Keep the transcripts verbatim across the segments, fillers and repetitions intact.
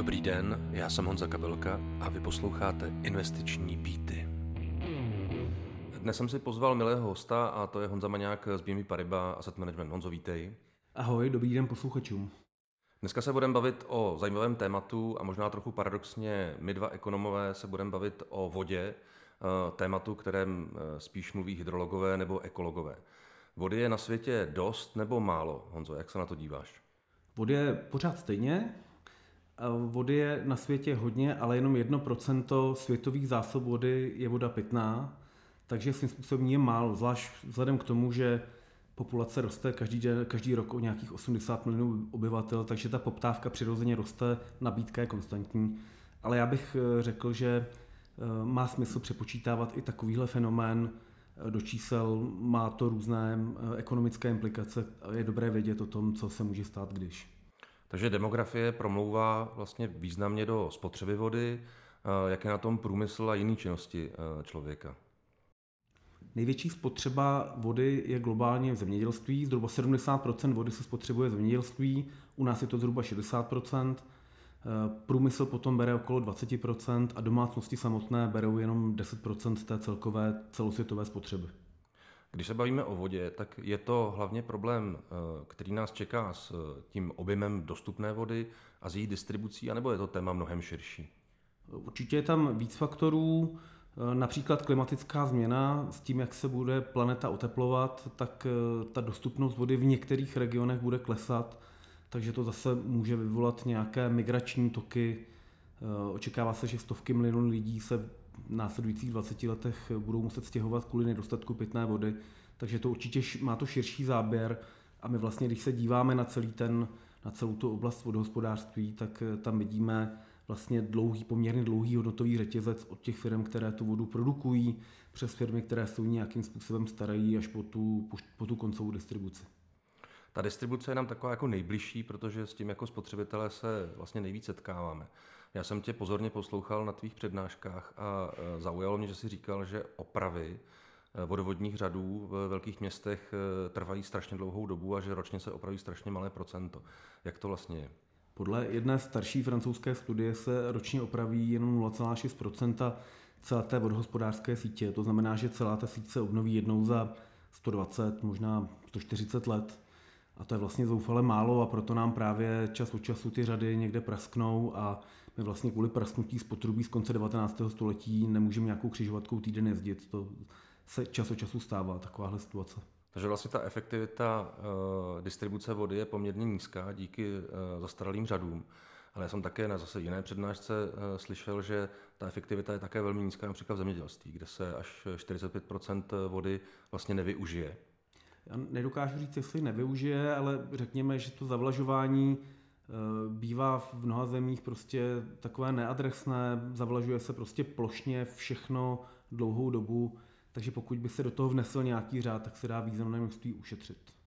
Dobrý den, já jsem Honza Kabelka a vy posloucháte Investiční beaty. Dnes jsem si pozval milého hosta a to je Honza Maňák z B N P Paribas Asset Management. Honzo, vítej. Ahoj, dobrý den posluchačům. Dneska se budeme bavit o zajímavém tématu a možná trochu paradoxně my dva ekonomové se budeme bavit o vodě, tématu, kterém spíš mluví hydrologové nebo ekologové. Vody je na světě dost nebo málo? Honzo, jak se na to díváš? Vody je pořád stejně. Vody je na světě hodně, ale jenom jedno procento světových zásob vody je voda pitná, takže svým způsobem je málo, zvlášť vzhledem k tomu, že populace roste každý, den, každý rok o nějakých osmdesát milionů obyvatel, takže ta poptávka přirozeně roste, nabídka je konstantní. Ale já bych řekl, že má smysl přepočítávat i takovýhle fenomén do čísel, má to různé ekonomické implikace a je dobré vědět o tom, co se může stát, když. Takže demografie promlouvá vlastně významně do spotřeby vody, jak je na tom průmysl a jiné činnosti člověka. Největší spotřeba vody je globálně v zemědělství. Zhruba sedmdesát procent vody se spotřebuje v zemědělství, u nás je to zhruba šedesát procent. Průmysl potom bere okolo dvacet procent a domácnosti samotné berou jenom deset procent té celkové celosvětové spotřeby. Když se bavíme o vodě, tak je to hlavně problém, který nás čeká s tím objemem dostupné vody a s její distribucí, anebo je to téma mnohem širší? Určitě je tam víc faktorů, například klimatická změna, s tím, jak se bude planeta oteplovat, tak ta dostupnost vody v některých regionech bude klesat, takže to zase může vyvolat nějaké migrační toky. Očekává se, že stovky milionů lidí se v následujících dvaceti letech budou muset stěhovat kvůli nedostatku pitné vody, takže to určitě má to širší záběr a my vlastně, když se díváme na celý ten, na celou tu oblast vodohospodářství, tak tam vidíme vlastně dlouhý, poměrně dlouhý hodnotový řetězec od těch firm, které tu vodu produkují, přes firmy, které se nějakým způsobem starají až po tu, po, po tu koncovou distribuci. Ta distribuce je nám taková jako nejbližší, protože s tím jako spotřebitelé se vlastně nejvíc setkáváme. Já jsem tě pozorně poslouchal na tvých přednáškách a zaujalo mě, že jsi říkal, že opravy vodovodních řadů v velkých městech trvají strašně dlouhou dobu a že ročně se opraví strašně malé procento. Jak to vlastně je? Podle jedné starší francouzské studie se ročně opraví jenom nula celá šest procenta celé té vodohospodářské sítě. To znamená, že celá ta síť se obnoví jednou za sto dvacet, možná sto čtyřicet let. A to je vlastně zoufale málo a proto nám právě čas od času ty řady někde prasknou a my vlastně kvůli prasknutí z potrubí z konce devatenáctého století nemůžeme nějakou křižovatkou týden jezdit. To se čas od času stává, takováhle situace. Takže vlastně ta efektivita uh, distribuce vody je poměrně nízká díky uh, zastaralým řadům. Ale já jsem také na zase jiné přednášce uh, slyšel, že ta efektivita je také velmi nízká například v zemědělství, kde se až čtyřicet pět procent vody vlastně nevyužije. Já nedokážu říct, jestli nevyužije, ale řekněme, že to zavlažování bývá v mnoha zemích prostě takové neadresné, zavlažuje se prostě plošně všechno dlouhou dobu, takže pokud by se do toho vnesl nějaký řád, tak se dá významné množství ušetřit.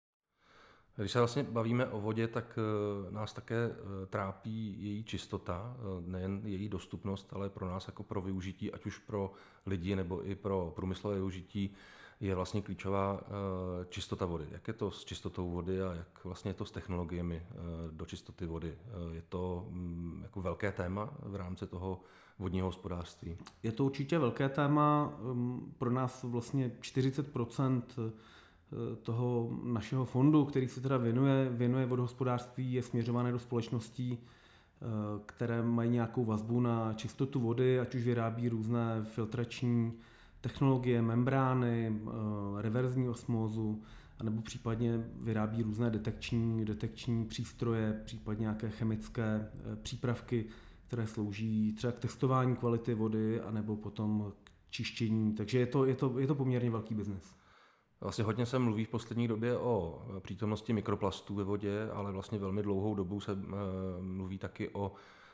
Když se vlastně bavíme o vodě, tak nás také trápí její čistota, nejen její dostupnost, ale pro nás jako pro využití, ať už pro lidi nebo i pro průmyslové využití, je vlastně klíčová čistota vody. Jak je to s čistotou vody a jak vlastně je to s technologiemi do čistoty vody? Je to jako velké téma v rámci toho vodního hospodářství? Je to určitě velké téma. Pro nás vlastně čtyřicet procent toho našeho fondu, který se teda věnuje, věnuje vodohospodářství, je směřované do společností, které mají nějakou vazbu na čistotu vody, ať už vyrábí různé filtrační technologie, membrány, reverzní osmózu, anebo případně vyrábí různé detekční, detekční přístroje, případně nějaké chemické přípravky, které slouží třeba k testování kvality vody, anebo potom k čištění. Takže je to, je to, je to poměrně velký biznis. Vlastně hodně se mluví v poslední době o přítomnosti mikroplastů ve vodě, ale vlastně velmi dlouhou dobu se mluví taky o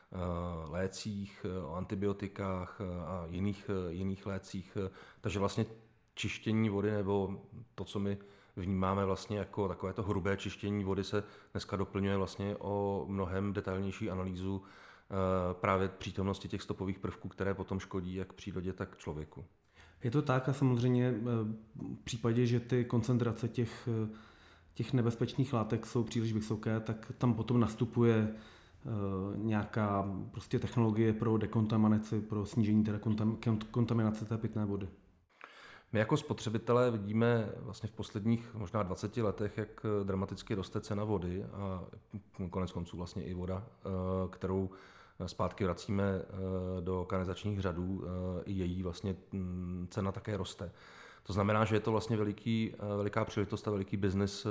lécích, o antibiotikách a jiných, jiných lécích. Takže vlastně čištění vody nebo to, co my vnímáme vlastně jako takové to hrubé čištění vody, se dneska doplňuje vlastně o mnohem detailnější analýzu právě přítomnosti těch stopových prvků, které potom škodí jak přírodě, tak člověku. Je to tak a samozřejmě v případě, že ty koncentrace těch, těch nebezpečných látek jsou příliš vysoké, tak tam potom nastupuje nějaká prostě technologie pro dekontaminaci, pro snížení teda kontaminace té pitné vody. My jako spotřebitelé vidíme vlastně v posledních možná dvaceti letech, jak dramaticky roste cena vody a konec konců vlastně i voda, kterou zpátky vracíme do kanalizačních řadů, i její vlastně cena také roste. To znamená, že je to vlastně veliký, veliká příležitost a veliký biznis,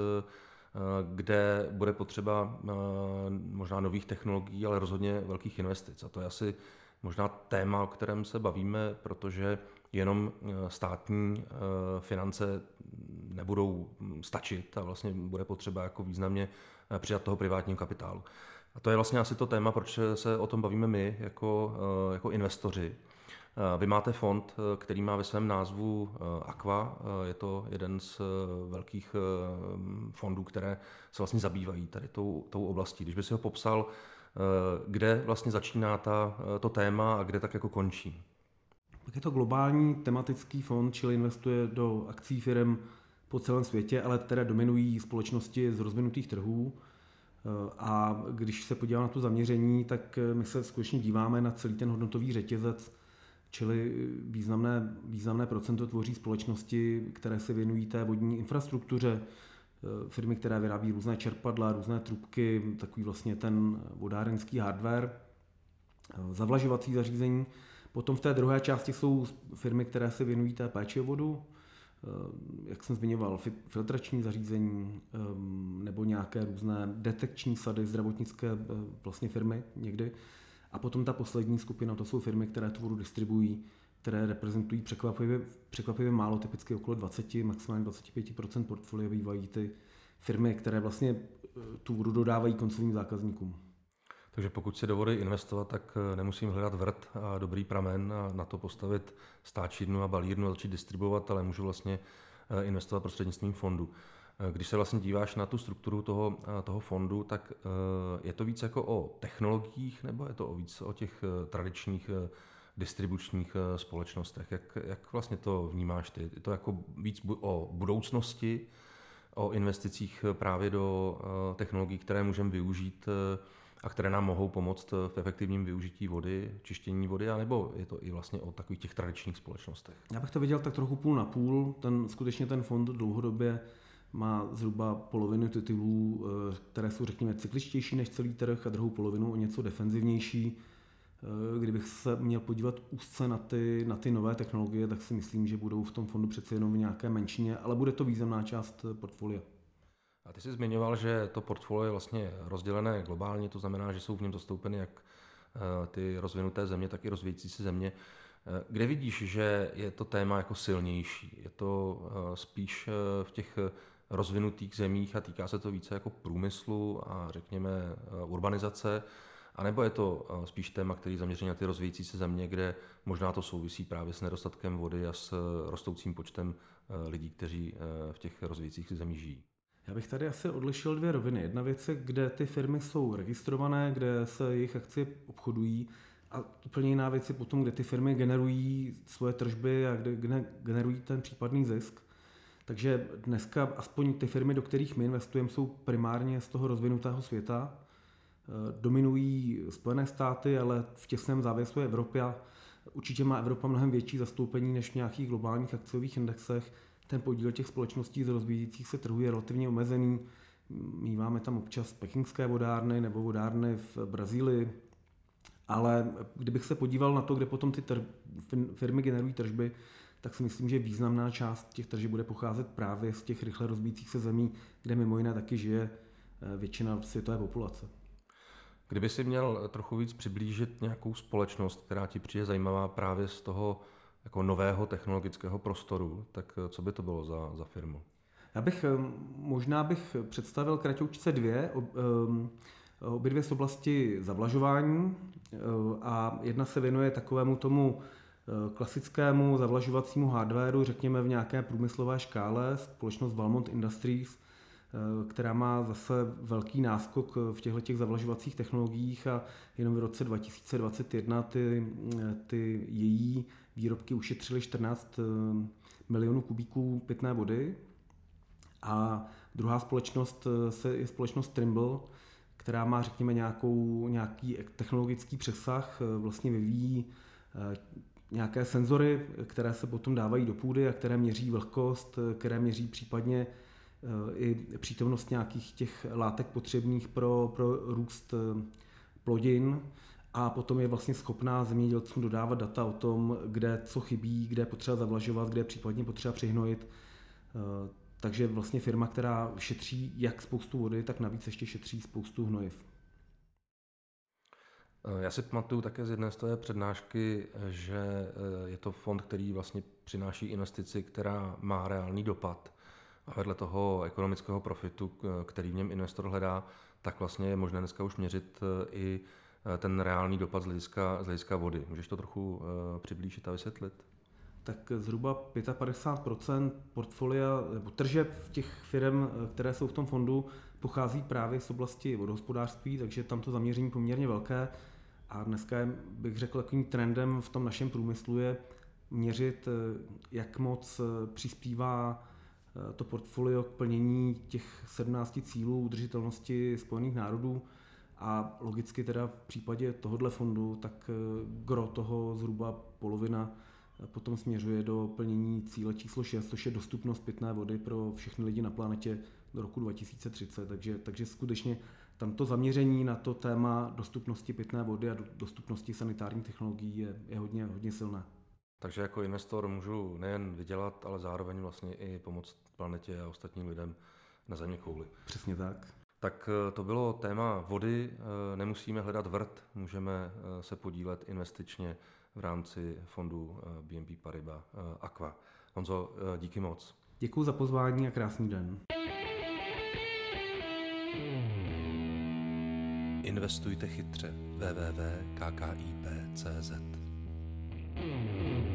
kde bude potřeba možná nových technologií, ale rozhodně velkých investic. A to je asi možná téma, o kterém se bavíme, protože jenom státní finance nebudou stačit a vlastně bude potřeba jako významně přidat toho privátního kapitálu. A to je vlastně asi to téma, proč se o tom bavíme my jako, jako investoři. Vy máte fond, který má ve svém názvu Aqua. Je to jeden z velkých fondů, které se vlastně zabývají tady tou, tou oblastí. Když by si ho popsal, kde vlastně začíná ta, to téma a kde tak jako končí? Tak je to globální tematický fond, čili investuje do akcí firm po celém světě, ale které dominují společnosti z rozvinutých trhů. A když se podívám na to zaměření, tak my se skutečně díváme na celý ten hodnotový řetězec, čili významné, významné procento tvoří společnosti, které se věnují té vodní infrastruktuře, firmy, které vyrábí různé čerpadla, různé trubky, takový vlastně ten vodárenský hardware, zavlažovací zařízení. Potom v té druhé části jsou firmy, které se věnují té péči o vodu, jak jsem zmiňoval, filtrační zařízení nebo nějaké různé detekční sady, zdravotnické vlastně firmy někdy. A potom ta poslední skupina, to jsou firmy, které tu vodu distribuují, které reprezentují překvapivě, překvapivě málo, typicky okolo dvacet, maximálně dvacet pět procent portfolia bývají ty firmy, které vlastně tu vodu dodávají koncovým zákazníkům. Takže pokud si do vody investovat, tak nemusím hledat vrt a dobrý pramen a na to postavit stáčírnu a balírnu a začít distribuovat, ale můžu vlastně investovat prostřednictvím fondu. Když se vlastně díváš na tu strukturu toho, toho fondu, tak je to víc jako o technologiích nebo je to o víc o těch tradičních distribučních společnostech? Jak, jak vlastně to vnímáš ty? Je to jako víc o budoucnosti, o investicích právě do technologií, které můžeme využít a které nám mohou pomoct v efektivním využití vody, čištění vody, anebo je to i vlastně o takových těch tradičních společnostech? Já bych to viděl tak trochu půl na půl. Ten, skutečně ten fond dlouhodobě má zhruba polovinu titulů, které jsou, řekněme, cykličtější než celý trh a druhou polovinu o něco defenzivnější. Kdybych se měl podívat úzce na ty, na ty nové technologie, tak si myslím, že budou v tom fondu přece jenom v nějaké menšině, ale bude to významná část portfolia. A ty jsi zmiňoval, že to portfolio je vlastně rozdělené globálně, to znamená, že jsou v něm zastoupeny jak ty rozvinuté země, tak i rozvíjející se země. Kde vidíš, že je to téma jako silnější? Je to spíš v těch rozvinutých zemích a týká se to více jako průmyslu a řekněme urbanizace, anebo je to spíš téma, který zaměří na ty rozvíjející se země, kde možná to souvisí právě s nedostatkem vody a s rostoucím počtem lidí, kteří v těch rozvíjejících se zemích žijí? Já bych tady asi odlišil dvě roviny. Jedna věc je, kde ty firmy jsou registrované, kde se jejich akcie obchodují, a úplně jiná věc je potom, kde ty firmy generují svoje tržby a kde generují ten případný zisk. Takže dneska aspoň ty firmy, do kterých my investujeme, jsou primárně z toho rozvinutého světa. Dominují Spojené státy, ale v těsném závěsu je Evropa. Určitě má Evropa mnohem větší zastoupení než v nějakých globálních akciových indexech. Ten podíl těch společností z rozvíjejících se trhů je relativně omezený. Míváme tam občas pekingské vodárny nebo vodárny v Brazílii. Ale kdybych se podíval na to, kde potom ty tr- firmy generují tržby, tak si myslím, že významná část těch tržeb bude pocházet právě z těch rychle rozvíjejících se zemí, kde mimo jiné taky žije většina světové populace. Kdyby si měl trochu víc přiblížit nějakou společnost, která ti přijde zajímavá právě z toho jako nového technologického prostoru, tak co by to bylo za, za firmu? Já bych, možná bych představil kratoučce dvě, obě dvě z oblasti zavlažování a jedna se věnuje takovému tomu klasickému zavlažovacímu hardwareu, řekněme v nějaké průmyslové škále, společnost Valmont Industries, která má zase velký náskok v těchto zavlažovacích technologiích a jenom v roce dva tisíce dvacet jedna ty, ty její výrobky ušetřily čtrnáct milionů kubíků pitné vody. A druhá společnost je společnost Trimble, která má, řekněme, nějakou, nějaký technologický přesah, vlastně vyvíjí nějaké senzory, které se potom dávají do půdy a které měří vlhkost, které měří případně i přítomnost nějakých těch látek potřebných pro, pro růst plodin a potom je vlastně schopná zemědělcům dodávat data o tom, kde co chybí, kde je potřeba zavlažovat, kde je případně potřeba přihnojit. Takže vlastně firma, která šetří jak spoustu vody, tak navíc ještě šetří spoustu hnojiv. Já si pamatuju také z jedné z té přednášky, že je to fond, který vlastně přináší investici, která má reálný dopad. A vedle toho ekonomického profitu, který v něm investor hledá, tak vlastně je možné dneska už měřit i ten reálný dopad z hlediska, z hlediska vody. Můžeš to trochu přiblížit a vysvětlit? Tak zhruba padesát pět procent portfolia nebo tržeb těch firm, které jsou v tom fondu, pochází právě z oblasti vodohospodářství, takže tam to zaměření poměrně velké. A dneska je, bych řekl, takovým trendem v tom našem průmyslu je měřit, jak moc přispívá to portfolio k plnění těch sedmnácti cílů udržitelnosti Spojených národů. A logicky teda v případě tohohle fondu, tak gro toho zhruba polovina potom směřuje do plnění cíle číslo šest, což je dostupnost pitné vody pro všechny lidi na planetě do roku dva tisíce třicet. Takže, takže skutečně tam to zaměření na to téma dostupnosti pitné vody a dostupnosti sanitárních technologií je, je hodně, hodně silné. Takže jako investor můžu nejen vydělat, ale zároveň vlastně i pomoct planetě a ostatním lidem na země kouli. Přesně tak. Tak to bylo téma vody. Nemusíme hledat vrt, můžeme se podílet investičně v rámci fondu B N P Paribas Aqua. Honzo, díky moc. Děkuji za pozvání a krásný den. Investujte chytře. w w w tečka k k i p tečka c z